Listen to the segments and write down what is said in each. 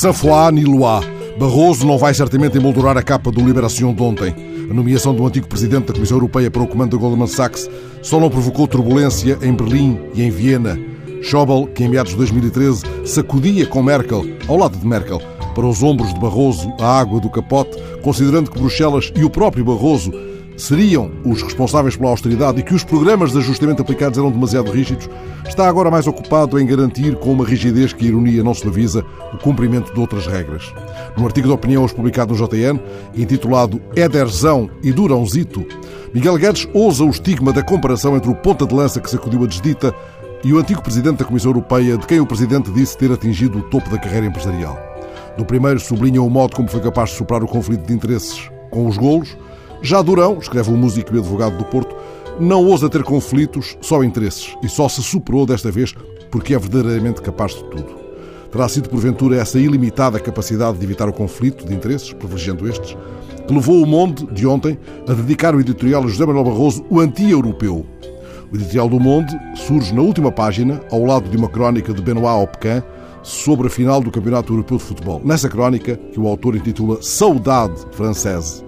Sans foi ni loi. Barroso não vai certamente emoldurar a capa do Libération de ontem. A nomeação do antigo presidente da Comissão Europeia para o comando da Goldman Sachs só não provocou turbulência em Berlim e em Viena. Schäuble, que em meados de 2013 sacudia com Merkel, ao lado de Merkel, para os ombros de Barroso a água do capote, considerando que Bruxelas e o próprio Barroso seriam os responsáveis pela austeridade e que os programas de ajustamento aplicados eram demasiado rígidos, está agora mais ocupado em garantir, com uma rigidez que a ironia não suaviza, o cumprimento de outras regras. Num artigo de opinião hoje publicado no JN, intitulado Éderzão e Durãozito, Miguel Guedes ousa o estigma da comparação entre o ponta de lança que sacudiu a desdita e o antigo presidente da Comissão Europeia, de quem o presidente disse ter atingido o topo da carreira empresarial. Do primeiro sublinha o modo como foi capaz de superar o conflito de interesses com os golos. Já Durão, escreve o músico e advogado do Porto, não ousa ter conflitos, só interesses, e só se superou desta vez porque é verdadeiramente capaz de tudo. Terá sido, porventura, essa ilimitada capacidade de evitar o conflito de interesses, privilegiando estes, que levou o Monde, de ontem, a dedicar o editorial a José Manuel Barroso, o anti-europeu. O editorial do Monde surge na última página, ao lado de uma crónica de Benoît Hopquin, sobre a final do Campeonato Europeu de Futebol. Nessa crónica, que o autor intitula Saudade Française,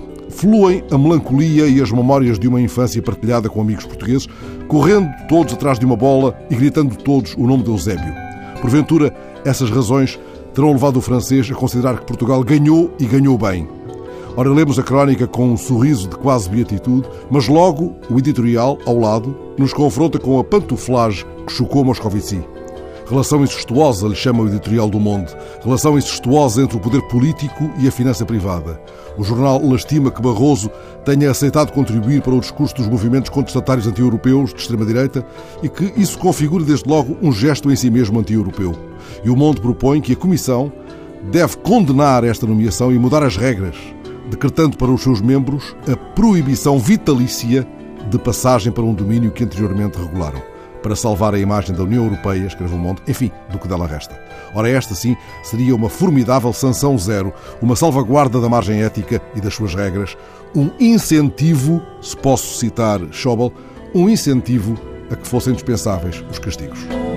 fluem a melancolia e as memórias de uma infância partilhada com amigos portugueses, correndo todos atrás de uma bola e gritando todos o nome de Eusébio. Porventura, essas razões terão levado o francês a considerar que Portugal ganhou e ganhou bem. Ora, lemos a crónica com um sorriso de quase beatitude, mas logo o editorial, ao lado, nos confronta com a pantuflagem que chocou Moscovici. Relação incestuosa, lhe chama o editorial do Monde. Relação incestuosa entre o poder político e a finança privada. O jornal lastima que Barroso tenha aceitado contribuir para o discurso dos movimentos contestatários anti-europeus de extrema-direita e que isso configure desde logo um gesto em si mesmo anti-europeu. E o Monde propõe que a Comissão deve condenar esta nomeação e mudar as regras, decretando para os seus membros a proibição vitalícia de passagem para um domínio que anteriormente regularam, para salvar a imagem da União Europeia, escreve o Monde, enfim, do que dela resta. Ora, esta, sim, seria uma formidável sanção zero, uma salvaguarda da margem ética e das suas regras, um incentivo, se posso citar Schäuble, um incentivo a que fossem dispensáveis os castigos.